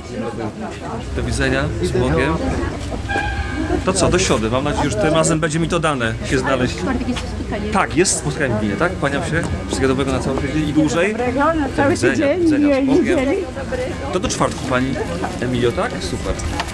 Do widzenia, z Bogiem. To co, do środy. Mam nadzieję, że tym razem będzie mi to dane się znaleźć. Tak, jest spotkanie w gminie, tak? Kłaniam się. Wszystkiego dobrego na cały tydzień i dłużej. Na cały tydzień. Widzenia, z Bogiem. To do czwartku, pani Emilio, tak? Super.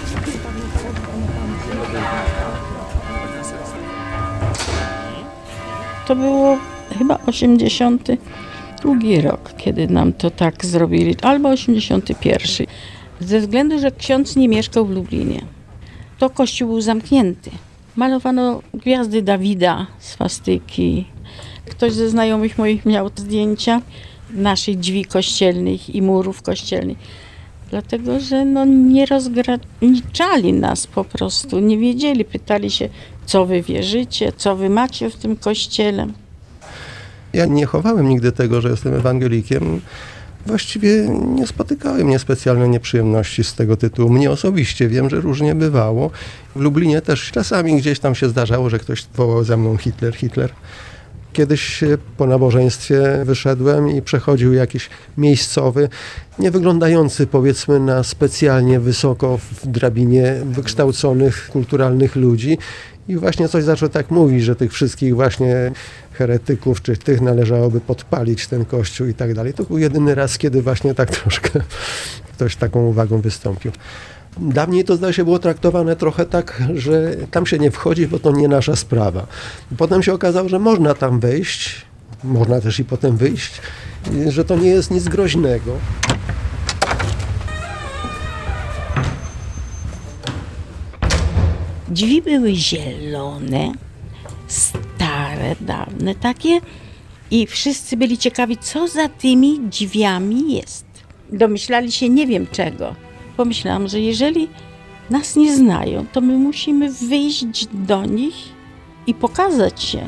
To było chyba 82 rok, kiedy nam to tak zrobili, albo 81. Ze względu, że ksiądz nie mieszkał w Lublinie. To kościół był zamknięty. Malowano gwiazdy Dawida, swastyki. Ktoś ze znajomych moich miał zdjęcia naszych drzwi kościelnych i murów kościelnych. Dlatego, że nie rozgraniczali nas po prostu, nie wiedzieli, pytali się, co wy wierzycie, co wy macie w tym kościele. Ja nie chowałem nigdy tego, że jestem ewangelikiem. Właściwie nie spotykały mnie specjalne nieprzyjemności z tego tytułu. Mnie osobiście wiem, że różnie bywało. W Lublinie też czasami gdzieś tam się zdarzało, że ktoś wołał za mną Hitler, Hitler. Kiedyś po nabożeństwie wyszedłem i przechodził jakiś miejscowy, nie wyglądający powiedzmy na specjalnie wysoko w drabinie wykształconych, kulturalnych ludzi. I właśnie coś zaczął tak mówić, że tych wszystkich właśnie heretyków, czy tych należałoby podpalić ten kościół i tak dalej. To był jedyny raz, kiedy właśnie tak troszkę ktoś taką uwagą wystąpił. Dawniej to zdaje się było traktowane trochę tak, że tam się nie wchodzi, bo to nie nasza sprawa. Potem się okazało, że można tam wejść, można też i potem wyjść, że to nie jest nic groźnego. Drzwi były zielone, stare, dawne takie i wszyscy byli ciekawi, co za tymi drzwiami jest. Domyślali się nie wiem czego. Pomyślałam, że jeżeli nas nie znają, to my musimy wyjść do nich i pokazać się.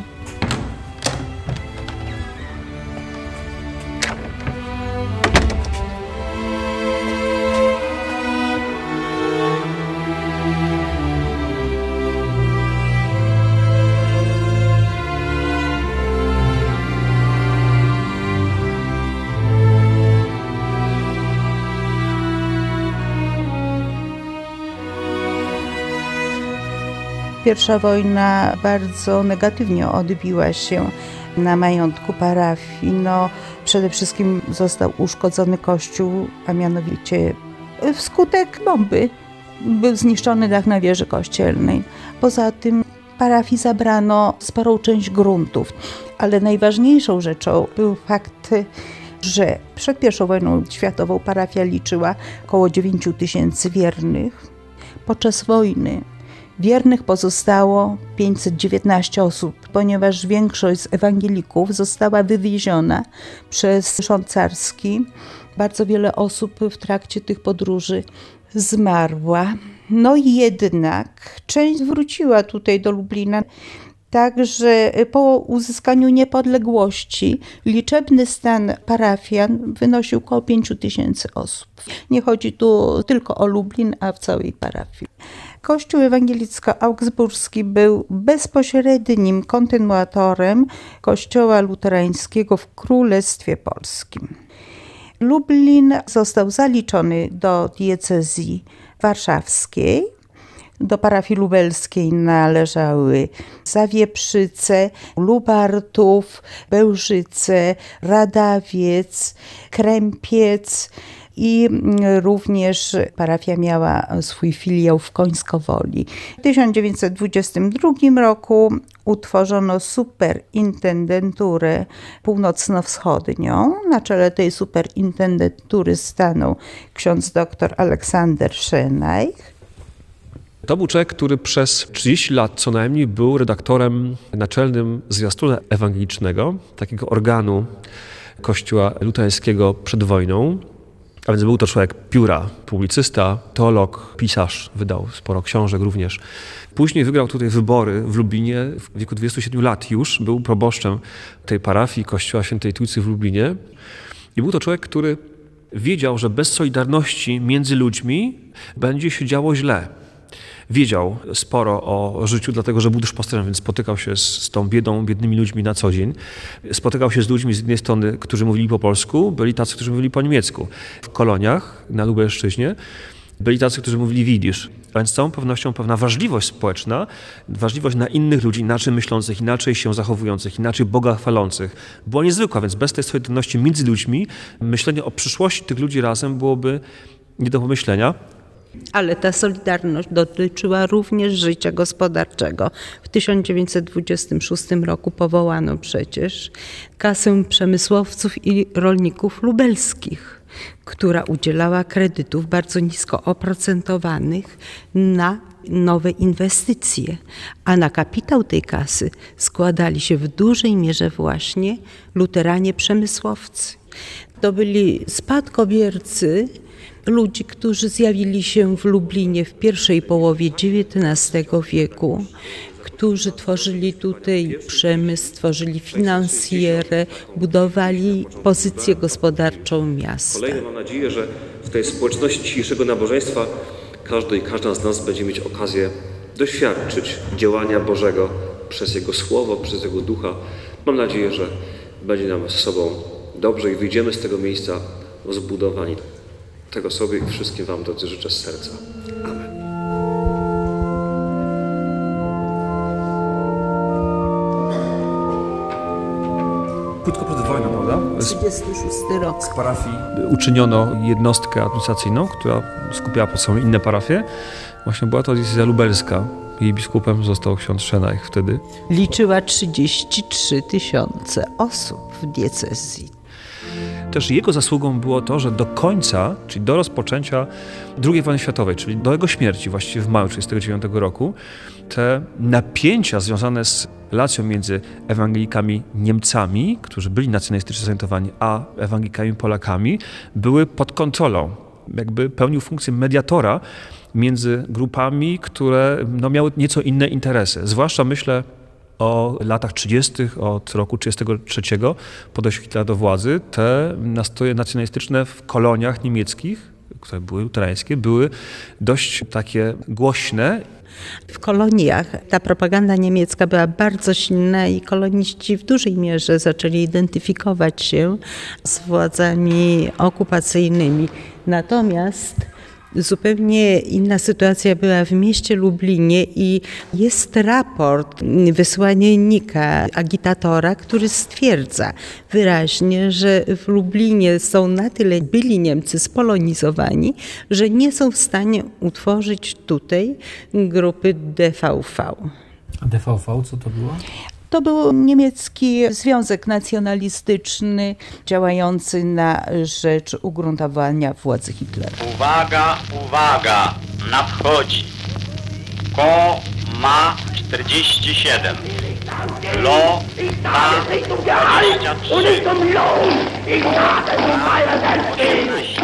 Pierwsza wojna bardzo negatywnie odbiła się na majątku parafii. Przede wszystkim został uszkodzony kościół, a mianowicie wskutek bomby. Był zniszczony dach na wieży kościelnej. Poza tym parafii zabrano sporą część gruntów, ale najważniejszą rzeczą był fakt, że przed I wojną światową parafia liczyła około 9 000 wiernych. Podczas wojny wiernych pozostało 519 osób, ponieważ większość z ewangelików została wywieziona przez rząd carski. Bardzo wiele osób w trakcie tych podróży zmarła. Jednak część wróciła tutaj do Lublina. Także po uzyskaniu niepodległości liczebny stan parafian wynosił około 5 000 osób. Nie chodzi tu tylko o Lublin, a w całej parafii. Kościół ewangelicko-augsburski był bezpośrednim kontynuatorem kościoła luterańskiego w Królestwie Polskim. Lublin został zaliczony do diecezji warszawskiej. Do parafii lubelskiej należały Zawieprzyce, Lubartów, Bełżyce, Radawiec, Krępiec i również parafia miała swój filiał w Końskowoli. W 1922 roku utworzono superintendenturę północno-wschodnią. Na czele tej superintendentury stanął ksiądz dr Aleksander Szenaich. To był człowiek, który przez 30 lat co najmniej był redaktorem naczelnym Zwiastuna Ewangelicznego, takiego organu Kościoła luterańskiego przed wojną. A więc był to człowiek pióra, publicysta, teolog, pisarz, wydał sporo książek również. Później wygrał tutaj wybory w Lublinie, w wieku 27 lat już, był proboszczem tej parafii Kościoła Świętej Trójcy w Lublinie. I był to człowiek, który wiedział, że bez solidarności między ludźmi będzie się działo źle. wiedział sporo o życiu, dlatego że był duszpasterzem, więc spotykał się z tą biednymi ludźmi na co dzień. Spotykał się z ludźmi z jednej strony, którzy mówili po polsku, byli tacy, którzy mówili po niemiecku. W koloniach na Lubelszczyźnie byli tacy, którzy mówili widzisz. A więc z całą pewnością pewna wrażliwość społeczna, wrażliwość na innych ludzi, inaczej myślących, inaczej się zachowujących, inaczej Boga chwalących, była niezwykła, więc bez tej solidarności między ludźmi myślenie o przyszłości tych ludzi razem byłoby nie do pomyślenia. Ale ta solidarność dotyczyła również życia gospodarczego. W 1926 roku powołano przecież Kasę Przemysłowców i Rolników Lubelskich, która udzielała kredytów bardzo nisko oprocentowanych na nowe inwestycje, a na kapitał tej kasy składali się w dużej mierze właśnie luteranie przemysłowcy. To byli spadkobiercy ludzi, którzy zjawili się w Lublinie w pierwszej połowie XIX wieku, którzy tworzyli tutaj przemysł, tworzyli finansjerę, budowali pozycję gospodarczą miasta. Kolejne mam nadzieję, że w tej społeczności dzisiejszego nabożeństwa każdy i każda z nas będzie mieć okazję doświadczyć działania Bożego przez Jego Słowo, przez Jego Ducha. Mam nadzieję, że będzie nam z sobą dobrze i wyjdziemy z tego miejsca zbudowani. Tego sobie i wszystkim Wam, drodzy, życzę z serca. Amen. Krótko przed wojną, prawda? 36 rok. Z parafii uczyniono jednostkę administracyjną, która skupiała pod sobą inne parafie. Właśnie była to diecezja lubelska. Jej biskupem został ksiądz Szenajch wtedy. Liczyła 33 000 osób w diecezji. Też jego zasługą było to, że do końca, czyli do rozpoczęcia II wojny światowej, czyli do jego śmierci właściwie w maju 1939 roku, te napięcia związane z relacją między ewangelikami Niemcami, którzy byli nacjonalistycznie zorientowani, a ewangelikami Polakami, były pod kontrolą. Jakby pełnił funkcję mediatora między grupami, które miały nieco inne interesy. Zwłaszcza myślę o latach 30. od roku 1933 po dojściu Hitlera do władzy, te nastroje nacjonalistyczne w koloniach niemieckich, które były luterańskie, były dość takie głośne. W koloniach ta propaganda niemiecka była bardzo silna i koloniści w dużej mierze zaczęli identyfikować się z władzami okupacyjnymi. Natomiast zupełnie inna sytuacja była w mieście Lublinie i jest raport wysłannika, agitatora, który stwierdza wyraźnie, że w Lublinie są na tyle byli Niemcy spolonizowani, że nie są w stanie utworzyć tutaj grupy DVV. A DVV co to było? To był niemiecki związek nacjonalistyczny działający na rzecz ugruntowania władzy Hitlera. Uwaga, uwaga, nadchodzi. Ko ma 47. Lo ma 23. 18.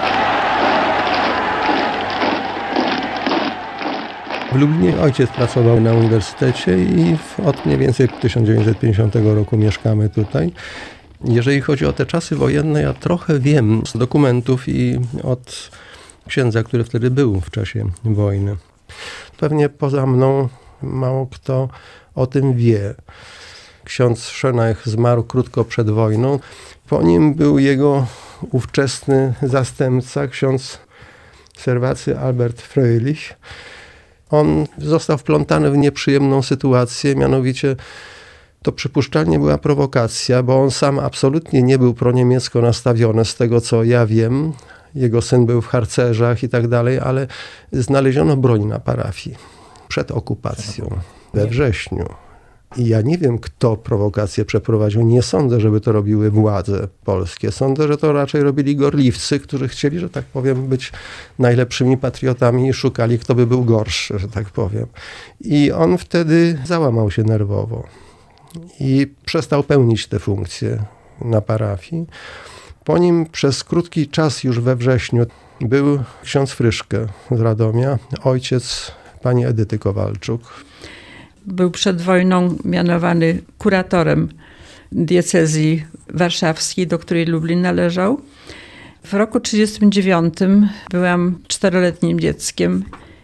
W Lublinie ojciec pracował na uniwersytecie i od mniej więcej 1950 roku mieszkamy tutaj. Jeżeli chodzi o te czasy wojenne, ja trochę wiem z dokumentów i od księdza, który wtedy był w czasie wojny. Pewnie poza mną mało kto o tym wie. Ksiądz Szenajch zmarł krótko przed wojną. Po nim był jego ówczesny zastępca, ksiądz Serwacy Albert Fröhlich. On został wplątany w nieprzyjemną sytuację, mianowicie to przypuszczalnie była prowokacja, bo on sam absolutnie nie był proniemiecko nastawiony, z tego co ja wiem. Jego syn był w harcerzach i tak dalej, ale znaleziono broń na parafii przed okupacją we wrześniu. I ja nie wiem, kto prowokację przeprowadził. Nie sądzę, żeby to robiły władze polskie. Sądzę, że to raczej robili gorliwcy, którzy chcieli, że tak powiem, być najlepszymi patriotami i szukali, kto by był gorszy, że tak powiem. I on wtedy załamał się nerwowo i przestał pełnić te funkcje na parafii. Po nim przez krótki czas, już we wrześniu, był ksiądz Fryszke z Radomia, ojciec pani Edyty Kowalczuk. Był przed wojną mianowany kuratorem diecezji warszawskiej, do której Lublin należał. W roku 1939 byłam 4-letnim dzieckiem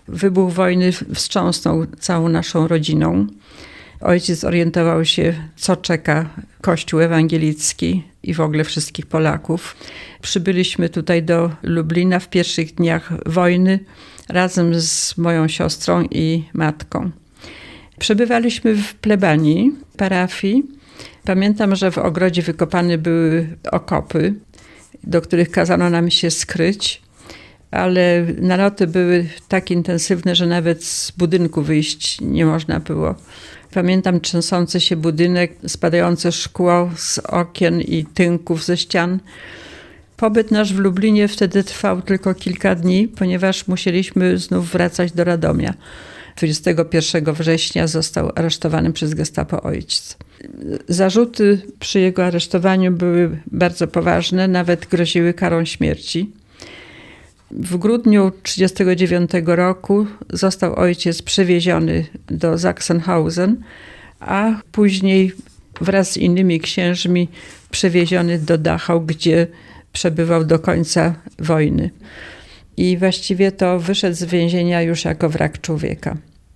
Wybuch wojny wstrząsnął całą naszą rodziną. Ojciec orientował się, co czeka Kościół ewangelicki i w ogóle wszystkich Polaków. Przybyliśmy tutaj do Lublina w pierwszych dniach wojny razem z moją siostrą i matką. Przebywaliśmy w plebanii parafii. Pamiętam, że w ogrodzie wykopane były okopy, do których kazano nam się skryć, ale naloty były tak intensywne, że nawet z budynku wyjść nie można było. Pamiętam trzęsący się budynek, spadające szkło z okien i tynków ze ścian. Pobyt nasz w Lublinie wtedy trwał tylko kilka dni, ponieważ musieliśmy znów wracać do Radomia. 21 września został aresztowany przez Gestapo ojciec. Zarzuty przy jego aresztowaniu były bardzo poważne, nawet groziły karą śmierci. W grudniu 1939 roku został ojciec przewieziony do Sachsenhausen, a później wraz z innymi księżmi przewieziony do Dachau, gdzie przebywał do końca wojny. I właściwie to wyszedł z więzienia już jako wrak człowieka.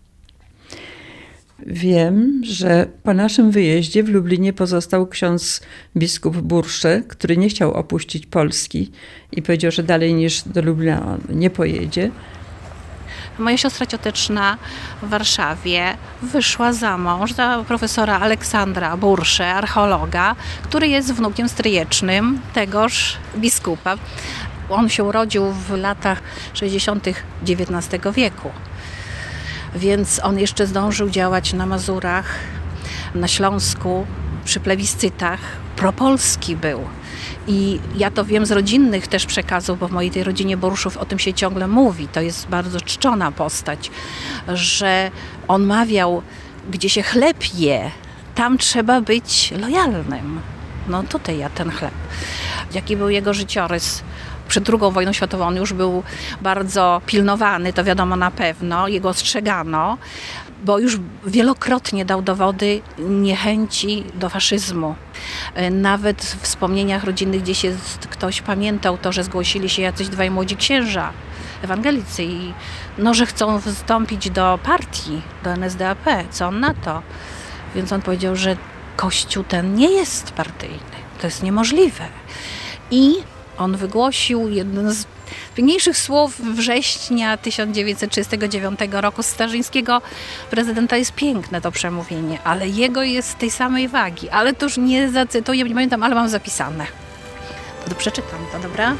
Wiem, że po naszym wyjeździe w Lublinie pozostał ksiądz biskup Bursze, który nie chciał opuścić Polski i powiedział, że dalej niż do Lublina on nie pojedzie. Moja siostra cioteczna w Warszawie wyszła za mąż za profesora Aleksandra Bursze, archeologa, który jest wnukiem stryjecznym tegoż biskupa. On się urodził w latach 60. XIX wieku. Więc on jeszcze zdążył działać na Mazurach, na Śląsku, przy plebiscytach. Propolski był. I ja to wiem z rodzinnych też przekazów, bo w mojej tej rodzinie Boruszów o tym się ciągle mówi. To jest bardzo czczona postać, że on mawiał, gdzie się chleb je, tam trzeba być lojalnym. No tutaj ja ten chleb. Jaki był jego życiorys? Przed II wojną światową on już był bardzo pilnowany, to wiadomo na pewno, jego ostrzegano, bo już wielokrotnie dał dowody niechęci do faszyzmu. Nawet w wspomnieniach rodzinnych gdzieś jest, ktoś pamiętał to, że zgłosili się jacyś dwaj młodzi księża ewangelicy i że chcą wstąpić do partii, do NSDAP. Co on na to? Więc on powiedział, że Kościół ten nie jest partyjny. To jest niemożliwe. I on wygłosił jeden z piękniejszych słów września 1939 roku starzyńskiego prezydenta. Jest piękne to przemówienie, ale jego jest tej samej wagi. Ale to już nie zacytuję, nie pamiętam, ale mam zapisane. To przeczytam to, dobra?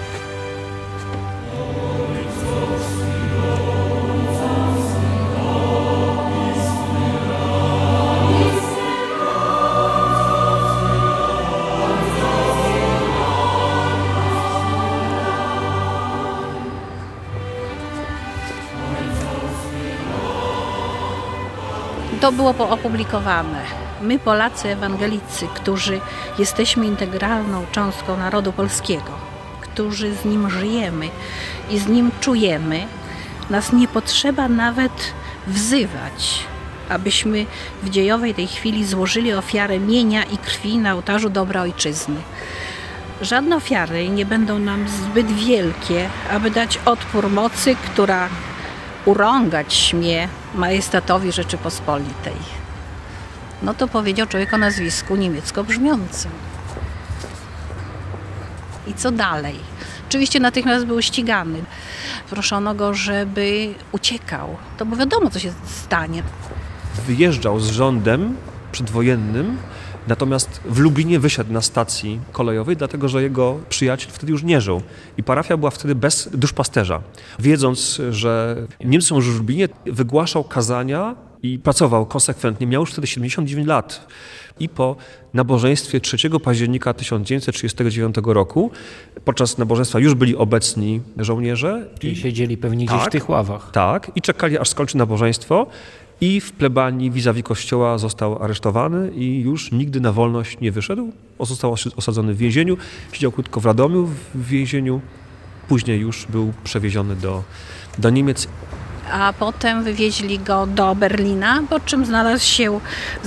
To było opublikowane. My, Polacy ewangelicy, którzy jesteśmy integralną cząstką narodu polskiego, którzy z nim żyjemy i z nim czujemy, nas nie potrzeba nawet wzywać, abyśmy w dziejowej tej chwili złożyli ofiarę mienia i krwi na ołtarzu dobra ojczyzny. Żadne ofiary nie będą nam zbyt wielkie, aby dać odpór mocy, która urągać śmie majestatowi Rzeczypospolitej. No to powiedział człowiek o nazwisku niemiecko brzmiącym. I co dalej? Oczywiście natychmiast był ścigany. Proszono go, żeby uciekał. To bo wiadomo, co się stanie. Wyjeżdżał z rządem przedwojennym, natomiast w Lublinie wysiadł na stacji kolejowej, dlatego że jego przyjaciel wtedy już nie żył. I parafia była wtedy bez duszpasterza. Wiedząc, że Niemcy są już w Lublinie, wygłaszał kazania i pracował konsekwentnie. Miał już wtedy 79 lat. I po nabożeństwie 3 października 1939 roku, podczas nabożeństwa już byli obecni żołnierze. I siedzieli pewnie gdzieś w tych ławach. Tak, i czekali, aż skończy nabożeństwo. I w plebanii vis-a-vis kościoła został aresztowany i już nigdy na wolność nie wyszedł. Został osadzony w więzieniu, siedział krótko w Radomiu w więzieniu, później już był przewieziony do Niemiec. A potem wywieźli go do Berlina, po czym znalazł się w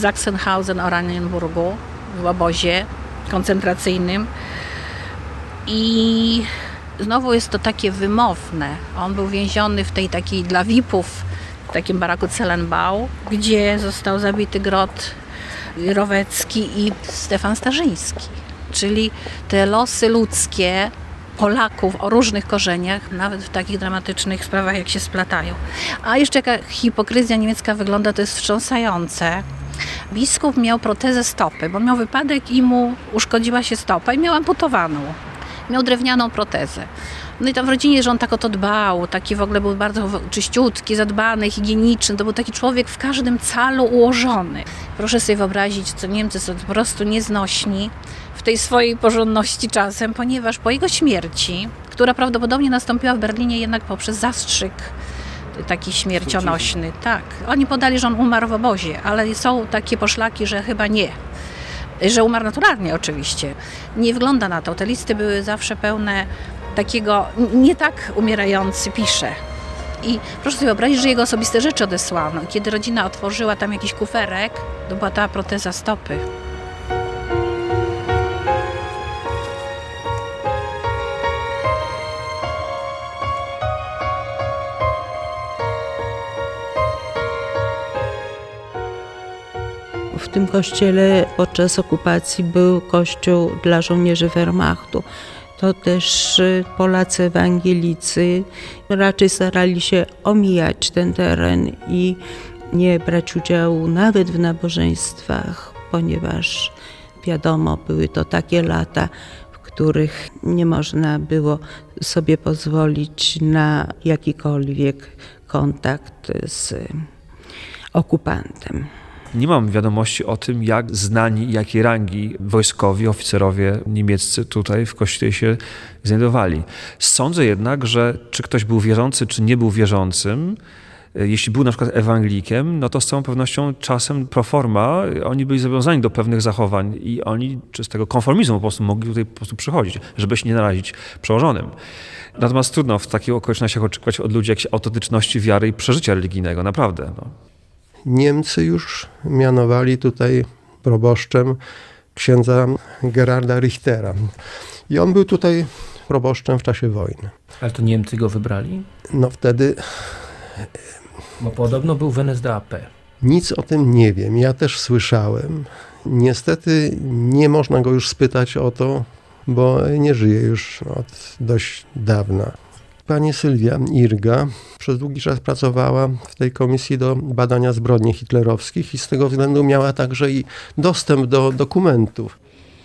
Sachsenhausen-Oranienburgu w obozie koncentracyjnym i Znowu jest to takie wymowne. On był więziony w tej takiej dla VIP-ów, w takim baraku Celenbau, gdzie został zabity Grot Rowecki i Stefan Starzyński. Czyli te losy ludzkie Polaków o różnych korzeniach, nawet w takich dramatycznych sprawach, jak się splatają. A jeszcze jaka hipokryzja niemiecka wygląda, to jest wstrząsające. Biskup miał protezę stopy, bo miał wypadek i mu uszkodziła się stopa i miał amputowaną. Miał drewnianą protezę. No i tam w rodzinie, że on tak o to dbał, taki w ogóle był bardzo czyściutki, zadbany, higieniczny. To był taki człowiek w każdym calu ułożony. Proszę sobie wyobrazić, co Niemcy są po prostu nieznośni w tej swojej porządności czasem, ponieważ po jego śmierci, która prawdopodobnie nastąpiła w Berlinie jednak poprzez zastrzyk taki śmiercionośny. Tak. Oni podali, że on umarł w obozie, ale są takie poszlaki, że chyba nie. Że umarł naturalnie oczywiście. Nie wygląda na to. Te listy były zawsze pełne takiego, nie tak umierający pisze. I proszę sobie wyobrazić, że jego osobiste rzeczy odesłano. Kiedy rodzina otworzyła tam jakiś kuferek, to była ta proteza stopy. W tym kościele podczas okupacji był kościół dla żołnierzy Wehrmachtu. To też Polacy ewangelicy raczej starali się omijać ten teren i nie brać udziału nawet w nabożeństwach, ponieważ wiadomo, były to takie lata, w których nie można było sobie pozwolić na jakikolwiek kontakt z okupantem. Nie mam wiadomości o tym, jak znani, jakiej rangi wojskowi, oficerowie niemieccy tutaj w kościele się znajdowali. Sądzę jednak, że czy ktoś był wierzący, czy nie był wierzącym, jeśli był na przykład ewangelikiem, no to z całą pewnością czasem pro forma oni byli zobowiązani do pewnych zachowań i oni czy z tego konformizmu po prostu mogli tutaj po prostu przychodzić, żeby się nie narazić przełożonym. Natomiast trudno w takich okolicznościach oczekiwać od ludzi jakiejś autentyczności wiary i przeżycia religijnego, naprawdę. No. Niemcy już mianowali tutaj proboszczem księdza Gerarda Richtera. I on był tutaj proboszczem w czasie wojny. Ale to Niemcy go wybrali? No wtedy... Bo podobno był w NSDAP. Nic o tym nie wiem. Ja też słyszałem. Niestety nie można go już spytać o to, bo nie żyje już od dość dawna. Pani Sylwia Irga przez długi czas pracowała w tej komisji do badania zbrodni hitlerowskich i z tego względu miała także i dostęp do dokumentów.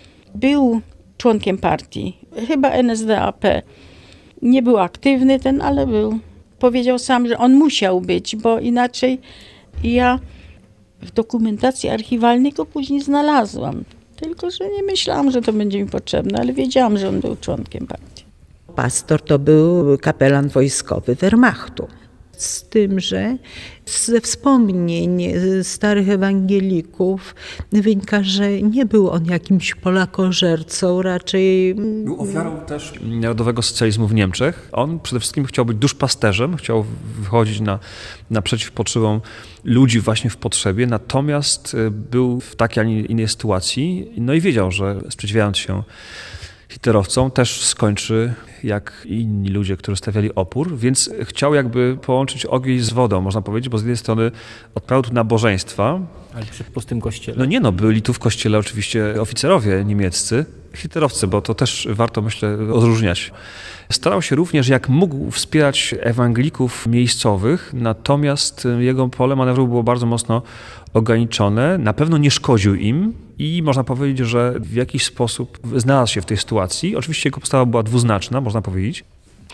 Był członkiem partii, chyba NSDAP. Nie był aktywny ale był. Powiedział sam, że on musiał być, bo inaczej ja w dokumentacji archiwalnej go później znalazłam. Tylko że nie myślałam, że to będzie mi potrzebne, ale wiedziałam, że on był członkiem partii. Pastor to był kapelan wojskowy Wehrmachtu. Z tym, że ze wspomnień starych ewangelików wynika, że nie był on jakimś polakożercą, raczej... Był ofiarą też narodowego socjalizmu w Niemczech. On przede wszystkim chciał być duszpasterzem, chciał wychodzić naprzeciw potrzebom ludzi właśnie w potrzebie, natomiast był w takiej, a nie innej sytuacji, no i wiedział, że sprzeciwiając się hitlerowcom też skończy jak inni ludzie, którzy stawiali opór, więc chciał jakby połączyć ogień z wodą, można powiedzieć, bo z jednej strony odprawiał tu nabożeństwa. Ale przy pustym kościele. No byli tu w kościele oczywiście oficerowie niemieccy, hitlerowcy, bo to też warto, myślę, odróżniać. Starał się również jak mógł wspierać ewangelików miejscowych, natomiast jego pole manewru było bardzo mocno ograniczone. Na pewno nie szkodził im i można powiedzieć, że w jakiś sposób znalazł się w tej sytuacji. Oczywiście jego postawa była dwuznaczna, można powiedzieć.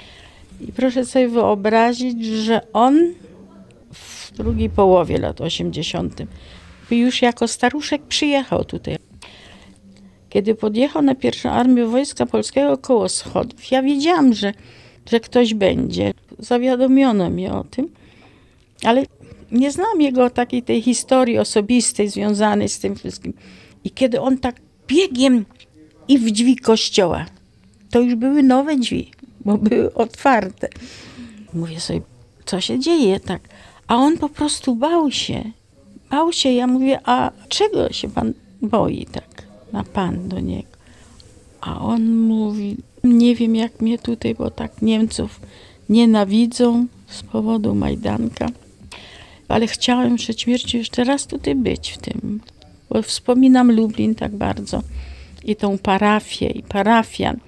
I proszę sobie wyobrazić, że on w drugiej połowie lat 80. już jako staruszek przyjechał tutaj. Kiedy podjechał na pierwszą armię Wojska Polskiego koło Schodów, ja wiedziałam, że ktoś będzie. Zawiadomiono mnie o tym, ale nie znałam jego takiej tej historii osobistej związanej z tym wszystkim. I kiedy on tak biegiem i w drzwi kościoła, to już były nowe drzwi, bo były otwarte. Mówię sobie, co się dzieje tak? A on po prostu bał się. Ja mówię, a czego się pan boi tak? Na pan do niego. A on mówi, Nie wiem jak mnie tutaj, bo tak Niemców nienawidzą z powodu Majdanka. Ale chciałem przed śmiercią jeszcze raz tutaj być w tym, bo wspominam Lublin tak bardzo i tą parafię i parafian.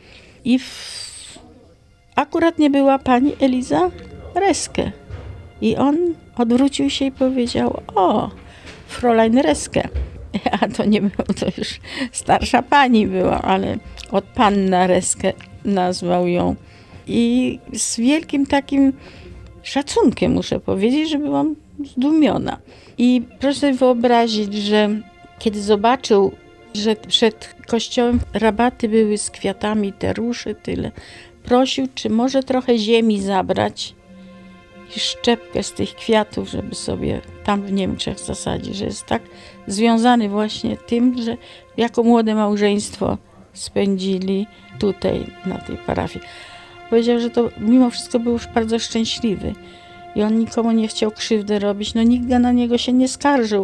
Akurat nie była pani Eliza Reske i on odwrócił się i powiedział: o, Fräulein Reske. A to nie było, to już starsza pani była, ale od panna Reske nazwał ją. I z wielkim takim szacunkiem muszę powiedzieć, że byłam zdumiona. I proszę sobie wyobrazić, że kiedy zobaczył, że przed kościołem rabaty były z kwiatami, te róże, tyle, prosił, czy może trochę ziemi zabrać i szczepkę z tych kwiatów, żeby sobie tam w Niemczech zasadzić, że jest tak związany właśnie tym, że jako młode małżeństwo spędzili tutaj na tej parafii. Powiedział, że to mimo wszystko był już bardzo szczęśliwy i on nikomu nie chciał krzywdy robić, no nikt na niego się nie skarżył.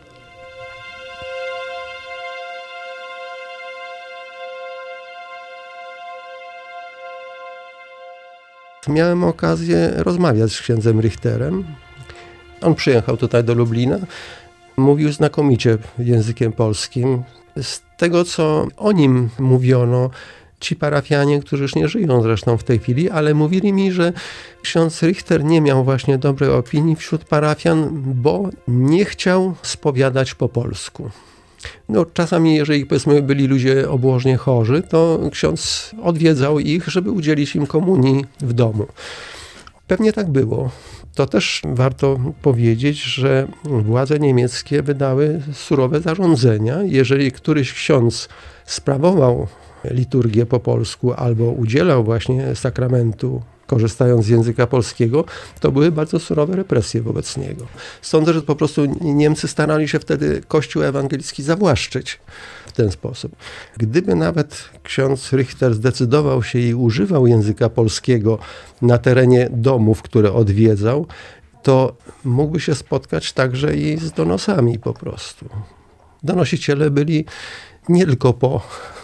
Miałem okazję rozmawiać z księdzem Richterem. On przyjechał tutaj do Lublina. Mówił znakomicie językiem polskim. Z tego, co o nim mówiono, ci parafianie, którzy już nie żyją zresztą w tej chwili, ale mówili mi, że ksiądz Richter nie miał właśnie dobrej opinii wśród parafian, bo nie chciał spowiadać po polsku. No, czasami, jeżeli powiedzmy byli ludzie obłożnie chorzy, to ksiądz odwiedzał ich, żeby udzielić im komunii w domu. Pewnie tak było. To też warto powiedzieć, że władze niemieckie wydały surowe zarządzenia. Jeżeli któryś ksiądz sprawował liturgię po polsku albo udzielał właśnie sakramentu, korzystając z języka polskiego, to były bardzo surowe represje wobec niego. Sądzę, że po prostu Niemcy starali się wtedy Kościół ewangelicki zawłaszczyć w ten sposób. Gdyby nawet ksiądz Richter zdecydował się i używał języka polskiego na terenie domów, które odwiedzał, to mógłby się spotkać także i z donosami po prostu. Donosiciele byli nie tylko po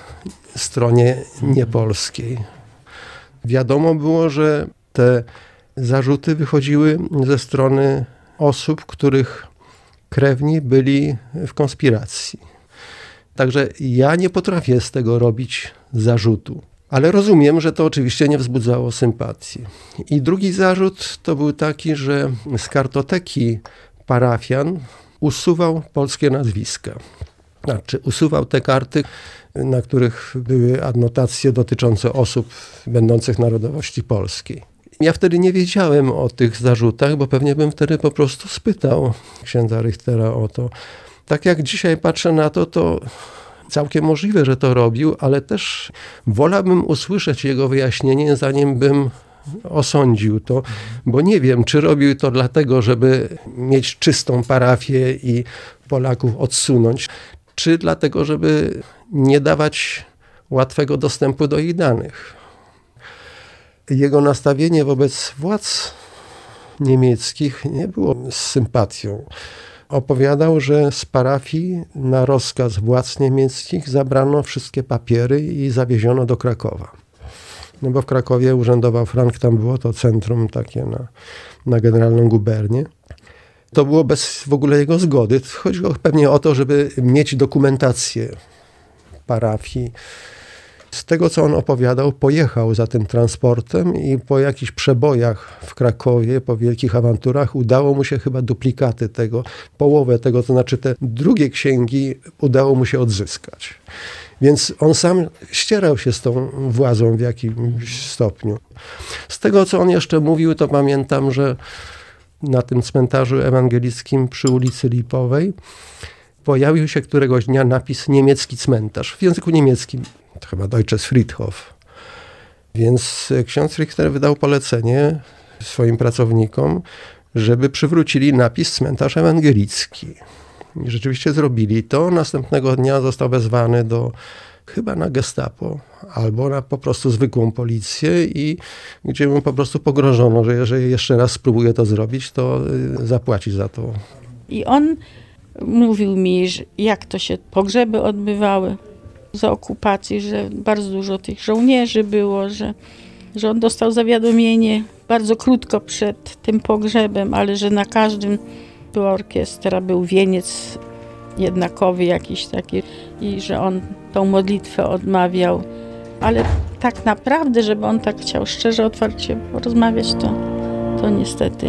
stronie niepolskiej. Wiadomo było, że te zarzuty wychodziły ze strony osób, których krewni byli w konspiracji. Także ja nie potrafię z tego robić zarzutu. Ale rozumiem, że to oczywiście nie wzbudzało sympatii. I drugi zarzut to był taki, że z kartoteki parafian usuwał polskie nazwiska. Znaczy usuwał te karty, na których były adnotacje dotyczące osób będących narodowości polskiej. Ja wtedy nie wiedziałem o tych zarzutach, bo pewnie bym wtedy po prostu spytał księdza Richtera o to. Tak jak dzisiaj patrzę na to, to całkiem możliwe, że to robił, ale też wolałbym usłyszeć jego wyjaśnienie, zanim bym osądził to, bo nie wiem, czy robił to dlatego, żeby mieć czystą parafię i Polaków odsunąć, czy dlatego, żeby nie dawać łatwego dostępu do ich danych. Jego nastawienie wobec władz niemieckich nie było z sympatią. Opowiadał, że z parafii na rozkaz władz niemieckich zabrano wszystkie papiery i zawieziono do Krakowa. No bo w Krakowie urzędował Frank, tam było to centrum takie na generalną gubernię. To było bez w ogóle jego zgody. Chodziło pewnie o to, żeby mieć dokumentację parafii. Z tego, co on opowiadał, pojechał za tym transportem i po jakichś przebojach w Krakowie, po wielkich awanturach, udało mu się chyba duplikaty tego, połowę tego, to znaczy te drugie księgi udało mu się odzyskać. Więc on sam ścierał się z tą władzą w jakimś stopniu. Z tego, co on jeszcze mówił, to pamiętam, że na tym cmentarzu ewangelickim przy ulicy Lipowej pojawił się któregoś dnia napis niemiecki cmentarz w języku niemieckim. To chyba Deutsches Friedhof. Więc ksiądz Richter wydał polecenie swoim pracownikom, żeby przywrócili napis cmentarz ewangelicki. I rzeczywiście zrobili to. Następnego dnia został wezwany chyba na gestapo, albo na po prostu zwykłą policję i gdzie mu po prostu pogrożono, że jeżeli jeszcze raz spróbuje to zrobić, to zapłaci za to. I on mówił mi, jak to się pogrzeby odbywały. za okupacji, że bardzo dużo tych żołnierzy było, że on dostał zawiadomienie bardzo krótko przed tym pogrzebem, ale że na każdym była orkiestra, był wieniec jednakowy jakiś taki i że on tą modlitwę odmawiał. Ale tak naprawdę, żeby on tak chciał szczerze, otwarcie porozmawiać, to niestety.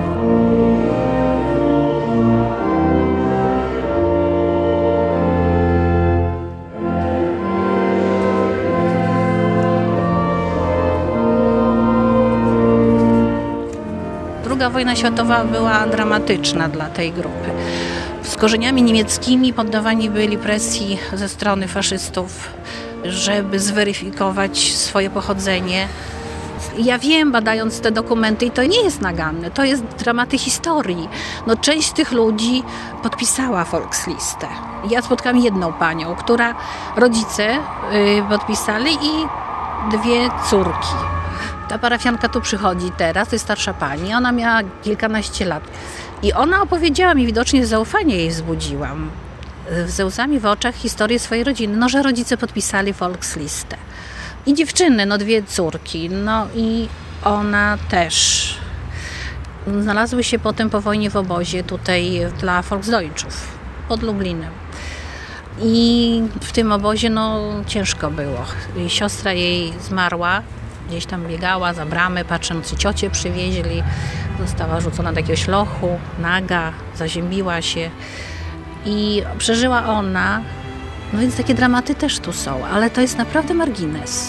Druga wojna światowa była dramatyczna dla tej grupy. Z korzeniami niemieckimi poddawani byli presji ze strony faszystów, żeby zweryfikować swoje pochodzenie. Ja wiem, badając te dokumenty, i to nie jest naganne, to jest dramaty historii. No, część z tych ludzi podpisała Volkslistę. Ja spotkałam jedną panią, która rodzice podpisali i 2 córki. Ta parafianka tu przychodzi teraz, to jest starsza pani, ona miała kilkanaście lat. I ona opowiedziała mi, widocznie zaufanie jej wzbudziłam, ze łzami w oczach historię swojej rodziny, no, że rodzice podpisali Volkslistę. I dziewczyny, 2 córki, no i ona też. Znalazły się potem po wojnie w obozie tutaj dla Volksdeutschów pod Lublinem. I w tym obozie ciężko było. I siostra jej zmarła, gdzieś tam biegała za bramę, patrząc, czy ciocie przywieźli. Została rzucona do jakiegoś lochu, naga, zaziębiła się. I przeżyła ona. No więc takie dramaty też tu są, ale to jest naprawdę margines.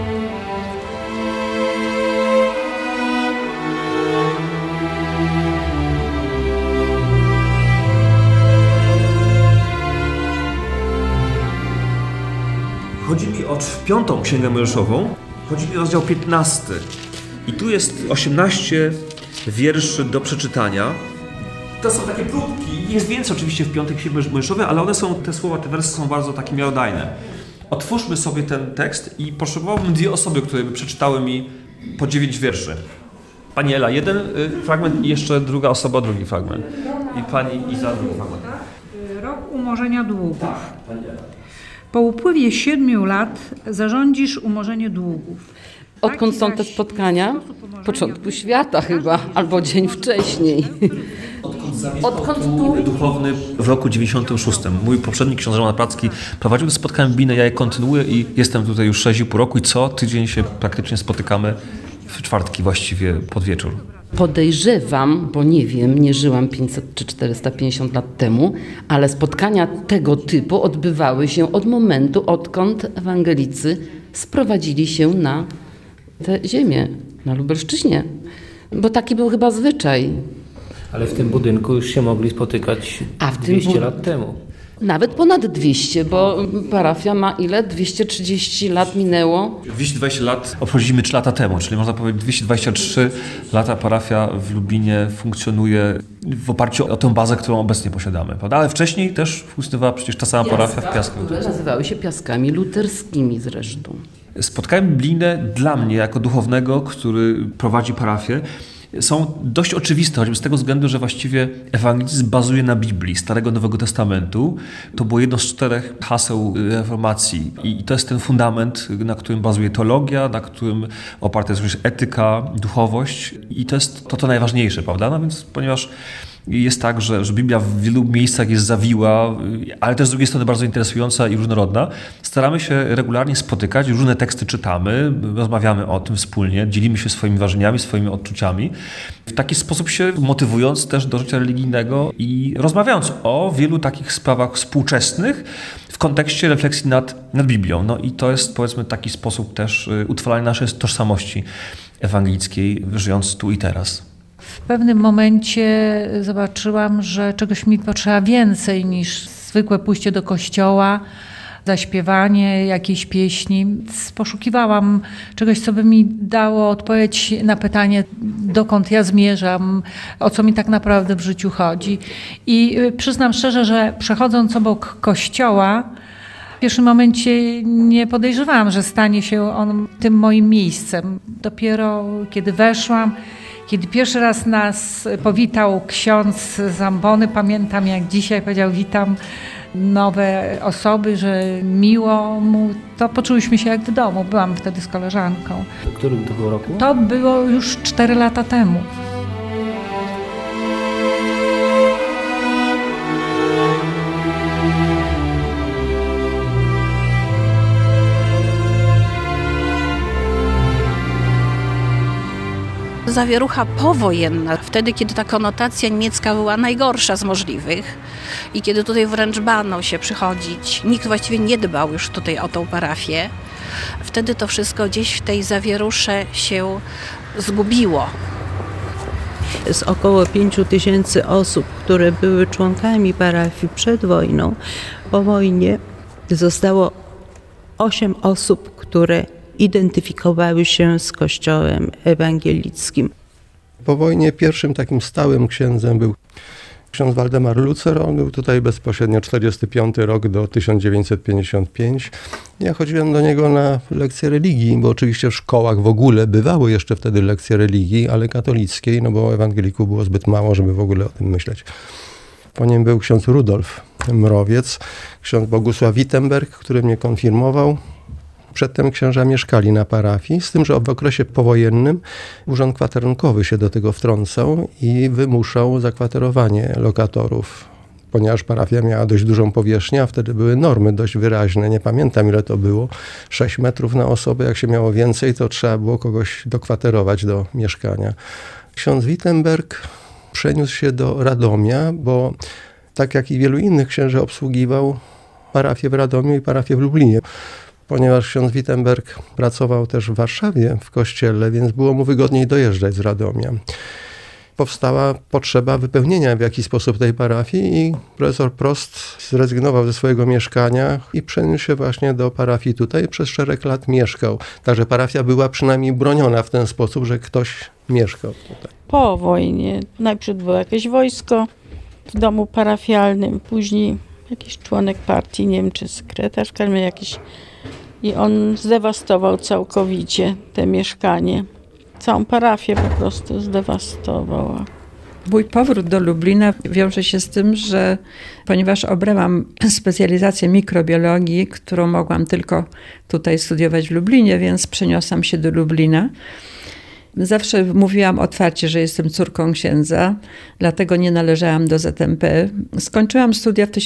Chodzi mi o 5. Księgę Mojżeszową, chodzi mi o rozdział 15. I tu jest 18 wierszy do przeczytania. To są takie próbki. Jest więcej oczywiście w 5. Księdze Mojżeszowej, ale one są, te słowa, te wersy są bardzo takie miarodajne. Otwórzmy sobie ten tekst i potrzebowałbym 2 osoby, które by przeczytały mi po 9 wierszy. Pani Ela, 1 fragment i jeszcze druga osoba, drugi fragment. I pani Iza, drugi fragment. Rok umorzenia długów. Po upływie 7 lat zarządzisz umorzenie długów. Odkąd są te spotkania? Początku świata chyba, albo dzień wcześniej. Odkąd tu duchowny w roku 96. Mój poprzedni ksiądz Roman Pracki prowadził te spotkania biblijne, ja je kontynuuję i jestem tutaj już 6,5 roku i co tydzień się praktycznie spotykamy w czwartki właściwie pod wieczór. Podejrzewam, bo nie wiem, nie żyłam 500 czy 450 lat temu, ale spotkania tego typu odbywały się od momentu, odkąd ewangelicy sprowadzili się na tę ziemię, na Lubelszczyźnie. Bo taki był chyba zwyczaj. Ale w tym budynku już się mogli spotykać 200 lat temu. Nawet ponad 200, bo parafia ma ile? 230 lat minęło? 220 lat obchodzimy 3 lata temu, czyli można powiedzieć 223 lata parafia w Lublinie funkcjonuje w oparciu o tę bazę, którą obecnie posiadamy. Prawda? Ale wcześniej też funkcjonowała przecież ta sama parafia w Piaskach. Które nazywały się Piaskami Luterskimi zresztą. Spotkania biblijne dla mnie, jako duchownego, który prowadzi parafię, są dość oczywiste, choćby z tego względu, że właściwie ewangelicyzm bazuje na Biblii, Starego Nowego Testamentu. To było jedno z 4 haseł reformacji i to jest ten fundament, na którym bazuje teologia, na którym oparta jest również etyka, duchowość i to jest to najważniejsze, prawda? No więc ponieważ jest tak, że Biblia w wielu miejscach jest zawiła, ale też z drugiej strony bardzo interesująca i różnorodna. Staramy się regularnie spotykać, różne teksty czytamy, rozmawiamy o tym wspólnie, dzielimy się swoimi wrażeniami, swoimi odczuciami. W taki sposób się motywując też do życia religijnego i rozmawiając o wielu takich sprawach współczesnych w kontekście refleksji nad Biblią. No i to jest, powiedzmy, taki sposób też utrwalania naszej tożsamości ewangelickiej, żyjąc tu i teraz. W pewnym momencie zobaczyłam, że czegoś mi potrzeba więcej niż zwykłe pójście do kościoła, zaśpiewanie jakiejś pieśni. Poszukiwałam czegoś, co by mi dało odpowiedź na pytanie, dokąd ja zmierzam, o co mi tak naprawdę w życiu chodzi. I przyznam szczerze, że przechodząc obok kościoła, w pierwszym momencie nie podejrzewałam, że stanie się on tym moim miejscem. Dopiero kiedy weszłam Kiedy pierwszy raz nas powitał ksiądz z ambony, pamiętam jak dzisiaj powiedział: witam nowe osoby, że miło mu, to poczuliśmy się jak w domu. Byłam wtedy z koleżanką. W którym to było roku? To było już 4 lata temu. Zawierucha powojenna, wtedy kiedy ta konotacja niemiecka była najgorsza z możliwych i kiedy tutaj wręcz bano się przychodzić, nikt właściwie nie dbał już tutaj o tą parafię, wtedy to wszystko gdzieś w tej zawierusze się zgubiło. Z około 5000 osób, które były członkami parafii przed wojną, po wojnie zostało 8 osób, które identyfikowały się z Kościołem ewangelickim. Po wojnie pierwszym takim stałym księdzem był ksiądz Waldemar Lucer. On był tutaj bezpośrednio 45 rok do 1955. Ja chodziłem do niego na lekcje religii, bo oczywiście w szkołach w ogóle bywały jeszcze wtedy lekcje religii, ale katolickiej, no bo ewangelików było zbyt mało, żeby w ogóle o tym myśleć. Po nim był ksiądz Rudolf Mrowiec, ksiądz Bogusław Wittenberg, który mnie konfirmował. Przedtem księża mieszkali na parafii, z tym, że w okresie powojennym urząd kwaternkowy się do tego wtrącał i wymuszał zakwaterowanie lokatorów, ponieważ parafia miała dość dużą powierzchnię, a wtedy były normy dość wyraźne. Nie pamiętam, ile to było. 6 metrów na osobę. Jak się miało więcej, to trzeba było kogoś dokwaterować do mieszkania. Ksiądz Wittenberg przeniósł się do Radomia, bo tak jak i wielu innych księży obsługiwał parafię w Radomiu i parafię w Lublinie. Ponieważ ksiądz Wittenberg pracował też w Warszawie w kościele, więc było mu wygodniej dojeżdżać z Radomia. Powstała potrzeba wypełnienia w jakiś sposób tej parafii i profesor Prost zrezygnował ze swojego mieszkania i przeniósł się właśnie do parafii tutaj. Przez szereg lat mieszkał. Także parafia była przynajmniej broniona w ten sposób, że ktoś mieszkał tutaj. Po wojnie najpierw było jakieś wojsko w domu parafialnym, później jakiś członek partii, nie wiem czy sekretarz, jakiś. I on zdewastował całkowicie te mieszkanie. Całą parafię po prostu zdewastował. Mój powrót do Lublina wiąże się z tym, że ponieważ obrałam specjalizację mikrobiologii, którą mogłam tylko tutaj studiować w Lublinie, więc przeniosłam się do Lublina. Zawsze mówiłam otwarcie, że jestem córką księdza, dlatego nie należałam do ZMP. Skończyłam studia w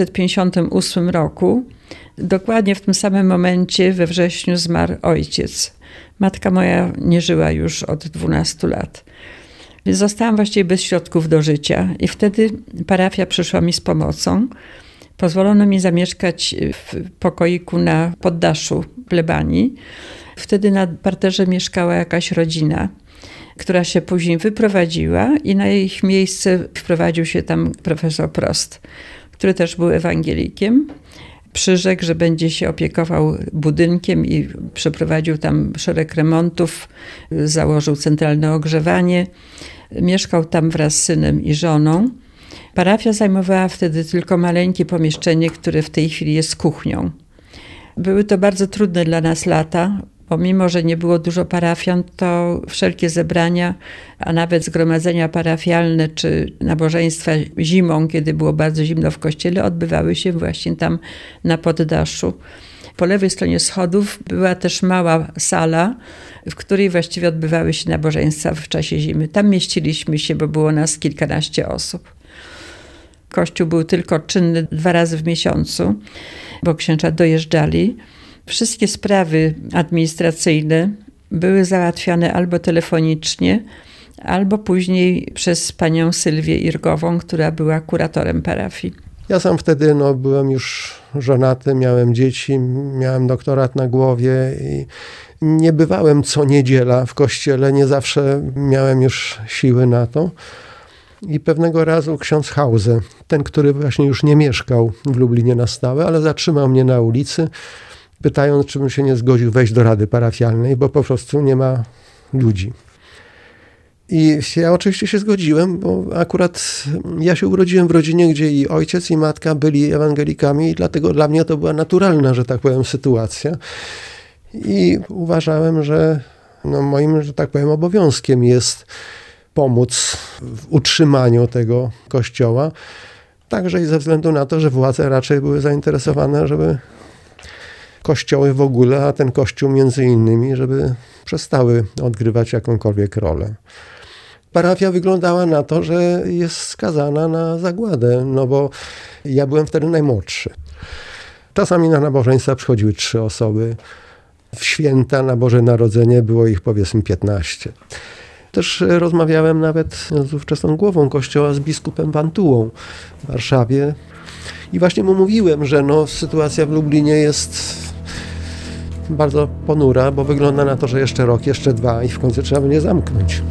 1958 roku. Dokładnie w tym samym momencie, we wrześniu, zmarł ojciec. Matka moja nie żyła już od 12 lat. Więc zostałam właściwie bez środków do życia i wtedy parafia przyszła mi z pomocą. Pozwolono mi zamieszkać w pokoiku na poddaszu plebanii. Wtedy na parterze mieszkała jakaś rodzina, która się później wyprowadziła i na ich miejsce wprowadził się tam profesor Prost, który też był ewangelikiem. Przyrzekł, że będzie się opiekował budynkiem i przeprowadził tam szereg remontów, założył centralne ogrzewanie. Mieszkał tam wraz z synem i żoną. Parafia zajmowała wtedy tylko maleńkie pomieszczenie, które w tej chwili jest kuchnią. Były to bardzo trudne dla nas lata, bo mimo, że nie było dużo parafian, to wszelkie zebrania, a nawet zgromadzenia parafialne czy nabożeństwa zimą, kiedy było bardzo zimno w kościele, odbywały się właśnie tam na poddaszu. Po lewej stronie schodów była też mała sala, w której właściwie odbywały się nabożeństwa w czasie zimy. Tam mieściliśmy się, bo było nas kilkanaście osób. Kościół był tylko czynny 2 razy w miesiącu, bo księża dojeżdżali. Wszystkie sprawy administracyjne były załatwiane albo telefonicznie, albo później przez panią Sylwię Irgową, która była kuratorem parafii. Ja sam wtedy byłem już żonaty, miałem dzieci, miałem doktorat na głowie i nie bywałem co niedziela w kościele, nie zawsze miałem już siły na to. I pewnego razu ksiądz Hause, ten, który właśnie już nie mieszkał w Lublinie na stałe, ale zatrzymał mnie na ulicy, pytając, czy bym się nie zgodził wejść do rady parafialnej, bo po prostu nie ma ludzi. I ja oczywiście się zgodziłem, bo akurat ja się urodziłem w rodzinie, gdzie i ojciec, i matka byli ewangelikami i dlatego dla mnie to była naturalna, że tak powiem, sytuacja. I uważałem, że moim, że tak powiem, obowiązkiem jest pomóc w utrzymaniu tego kościoła. Także i ze względu na to, że władze raczej były zainteresowane, żeby kościoły w ogóle, a ten kościół między innymi, żeby przestały odgrywać jakąkolwiek rolę. Parafia wyglądała na to, że jest skazana na zagładę, no bo ja byłem wtedy najmłodszy. Czasami na nabożeństwa przychodziły 3 osoby. W święta na Boże Narodzenie było ich powiedzmy 15. Też rozmawiałem nawet z ówczesną głową kościoła, z biskupem Wantułą w Warszawie i właśnie mu mówiłem, że sytuacja w Lublinie jest bardzo ponura, bo wygląda na to, że jeszcze rok, jeszcze 2 i w końcu trzeba będzie zamknąć.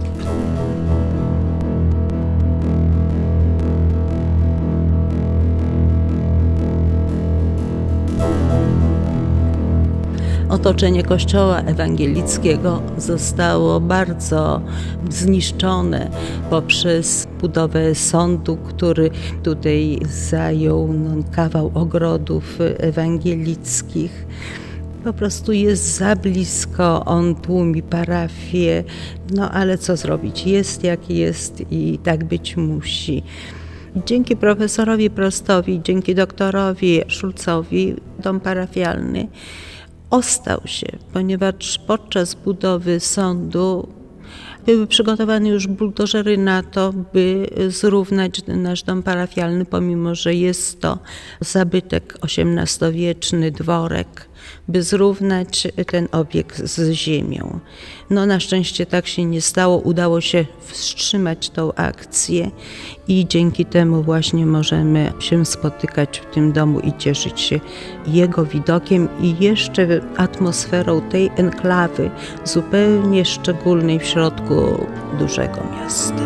Otoczenie kościoła ewangelickiego zostało bardzo zniszczone poprzez budowę sądu, który tutaj zajął kawał ogrodów ewangelickich. Po prostu jest za blisko, on tłumi parafię, ale co zrobić? Jest jak jest i tak być musi. Dzięki profesorowi Prostowi, dzięki doktorowi Szulcowi dom parafialny ostał się, ponieważ podczas budowy sądu były przygotowane już buldożery na to, by zrównać nasz dom parafialny, pomimo że jest to zabytek XVIII-wieczny, dworek, by zrównać ten obiekt z ziemią. Na szczęście tak się nie stało, udało się wstrzymać tą akcję i dzięki temu właśnie możemy się spotykać w tym domu i cieszyć się jego widokiem i jeszcze atmosferą tej enklawy zupełnie szczególnej w środku dużego miasta.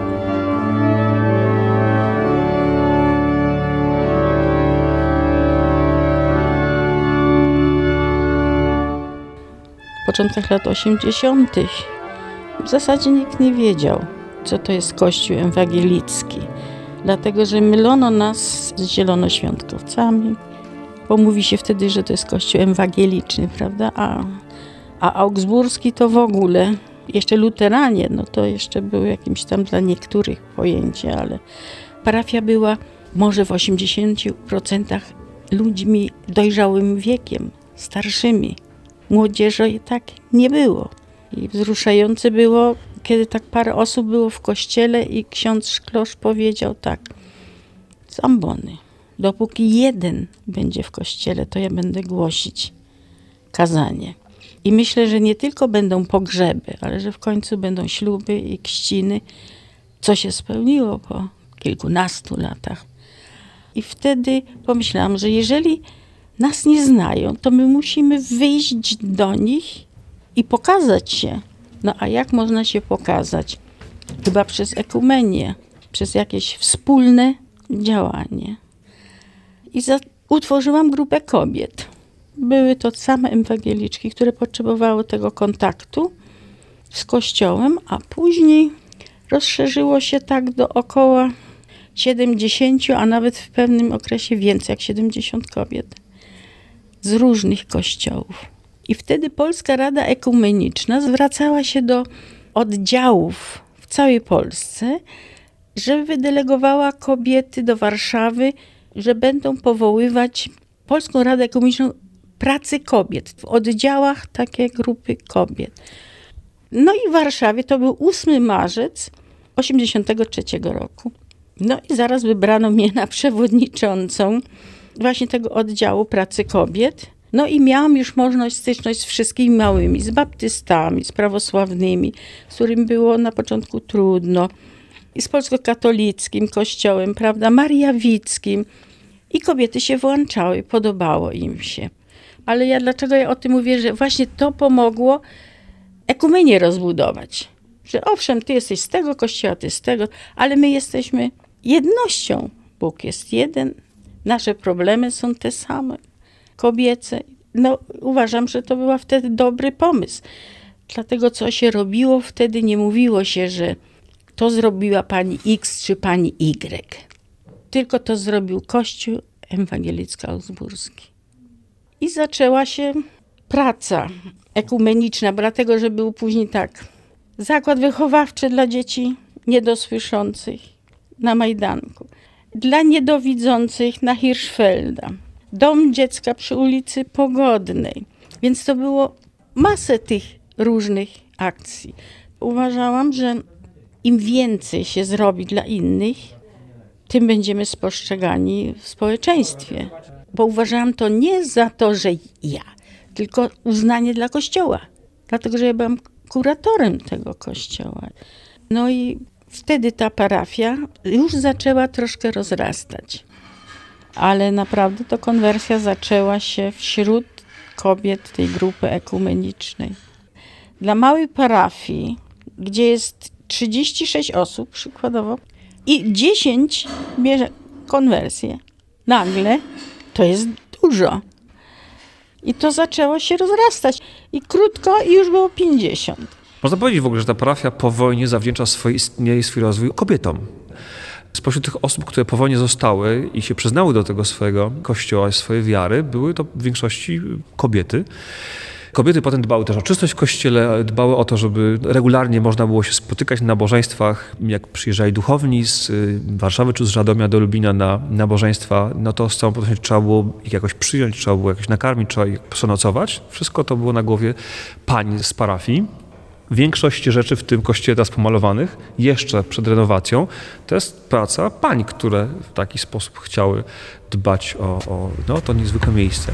W początkach lat 80. w zasadzie nikt nie wiedział, co to jest Kościół ewangelicki, dlatego że mylono nas z zielonoświątkowcami, bo mówi się wtedy, że to jest Kościół ewangeliczny, prawda? A augsburski to w ogóle, jeszcze luteranie, to jeszcze było jakimś tam dla niektórych pojęcie, ale parafia była może w 80% ludźmi dojrzałym wiekiem, starszymi. Młodzieży tak nie było. I wzruszające było, kiedy tak parę osób było w kościele i ksiądz szklarz powiedział tak: z ambony, dopóki jeden będzie w kościele, to ja będę głosić kazanie. I myślę, że nie tylko będą pogrzeby, ale że w końcu będą śluby i chrzciny, co się spełniło po kilkunastu latach. I wtedy pomyślałam, że jeżeli nas nie znają, to my musimy wyjść do nich i pokazać się. A jak można się pokazać? Chyba przez ekumenię, przez jakieś wspólne działanie. I utworzyłam grupę kobiet. Były to same ewangeliczki, które potrzebowały tego kontaktu z Kościołem, a później rozszerzyło się tak do około 70, a nawet w pewnym okresie więcej jak 70 kobiet z różnych kościołów. I wtedy Polska Rada Ekumeniczna zwracała się do oddziałów w całej Polsce, żeby wydelegowała kobiety do Warszawy, że będą powoływać Polską Radę Ekumeniczną Pracy Kobiet. W oddziałach takie grupy kobiet. I w Warszawie to był 8 marzec 1983 roku. I zaraz wybrano mnie na przewodniczącą właśnie tego oddziału pracy kobiet. I miałam już możliwość styczność z wszystkimi małymi, z baptystami, z prawosławnymi, z którymi było na początku trudno, i z polskokatolickim kościołem, prawda, mariawickim. I kobiety się włączały, podobało im się. Ale dlaczego ja o tym mówię, że właśnie to pomogło ekumenię rozbudować. Że owszem, ty jesteś z tego kościoła, ty z tego, ale my jesteśmy jednością. Bóg jest jeden, nasze problemy są te same, kobiece. Uważam, że to był wtedy dobry pomysł. Dlatego co się robiło wtedy, nie mówiło się, że to zrobiła pani X czy pani Y. Tylko to zrobił Kościół ewangelicko-augsburski. I zaczęła się praca ekumeniczna, dlatego że był później tak, zakład wychowawczy dla dzieci niedosłyszących na Majdanku, dla niedowidzących na Hirschfelda, dom dziecka przy ulicy Pogodnej. Więc to było masę tych różnych akcji. Uważałam, że im więcej się zrobi dla innych, tym będziemy spostrzegani w społeczeństwie. Bo uważałam to nie za to, że ja, tylko uznanie dla Kościoła. Dlatego, że ja byłam kuratorem tego Kościoła. No i wtedy ta parafia już zaczęła troszkę rozrastać. Ale naprawdę to konwersja zaczęła się wśród kobiet tej grupy ekumenicznej. Dla małej parafii, gdzie jest 36 osób przykładowo i 10 bierze konwersję, nagle to jest dużo. I to zaczęło się rozrastać. I krótko i już było 50. Można powiedzieć w ogóle, że ta parafia po wojnie zawdzięcza swoje istnienie i swój rozwój kobietom. Spośród tych osób, które po wojnie zostały i się przyznały do tego swojego kościoła, swojej wiary, były to w większości kobiety. Kobiety potem dbały też o czystość w kościele, dbały o to, żeby regularnie można było się spotykać na nabożeństwach. Jak przyjeżdżali duchowni z Warszawy czy z Radomia do Lublina na nabożeństwa, no to z całą pewnością trzeba było ich jakoś przyjąć, trzeba było jakoś nakarmić, trzeba ich przenocować. Wszystko to było na głowie pań z parafii. Większość rzeczy w tym kościele teraz pomalowanych, jeszcze przed renowacją, to jest praca pań, które w taki sposób chciały dbać o to niezwykłe miejsce.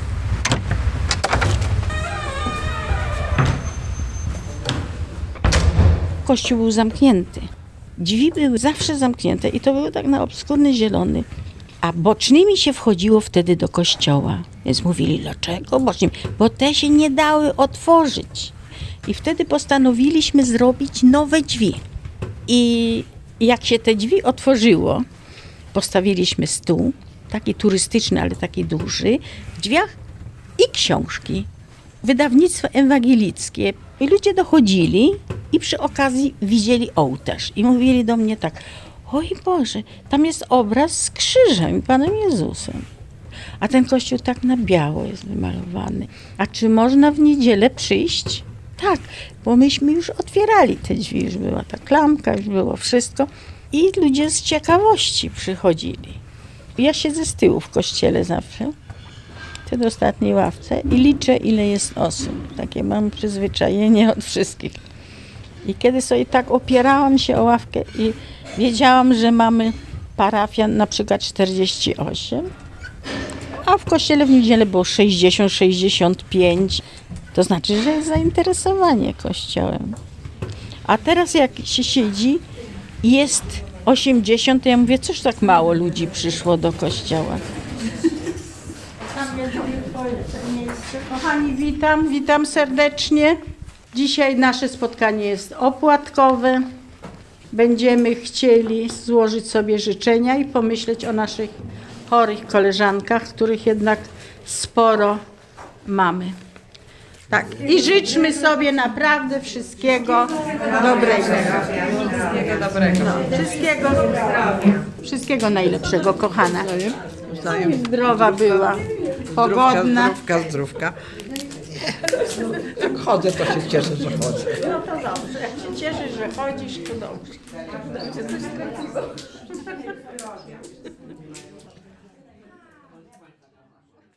Kościół był zamknięty. Drzwi były zawsze zamknięte i to były tak na obskurny zielony. A bocznymi się wchodziło wtedy do kościoła. Więc mówili, dlaczego bocznymi? Bo te się nie dały otworzyć. I wtedy postanowiliśmy zrobić nowe drzwi. I jak się te drzwi otworzyło, postawiliśmy stół, taki turystyczny, ale taki duży, w drzwiach i książki. Wydawnictwo ewangelickie. I ludzie dochodzili i przy okazji widzieli ołtarz. I mówili do mnie tak, oj Boże, tam jest obraz z krzyżem i Panem Jezusem. A ten kościół tak na biało jest wymalowany. A czy można w niedzielę przyjść? Tak, bo myśmy już otwierali te drzwi, już była ta klamka, już było wszystko. I ludzie z ciekawości przychodzili. Ja siedzę z tyłu w kościele zawsze, w ostatniej ławce i liczę, ile jest osób. Takie mam przyzwyczajenie od wszystkich. I kiedy sobie tak opierałam się o ławkę i wiedziałam, że mamy parafian na przykład 48, a w kościele w niedzielę było 60, 65. To znaczy, że jest zainteresowanie kościołem. A teraz jak się siedzi i jest 80, to ja mówię, cóż tak mało ludzi przyszło do kościoła. Kochani, witam serdecznie. Dzisiaj nasze spotkanie jest opłatkowe. Będziemy chcieli złożyć sobie życzenia i pomyśleć o naszych chorych koleżankach, których jednak sporo mamy. Tak, i życzmy sobie naprawdę wszystkiego dobrego. Wszystkiego najlepszego, kochana. Zdrowa była, pogodna. Zdrówka. Jak chodzę, to się cieszę, że chodzę. No to dobrze, jak się cieszysz, że chodzisz, to dobrze.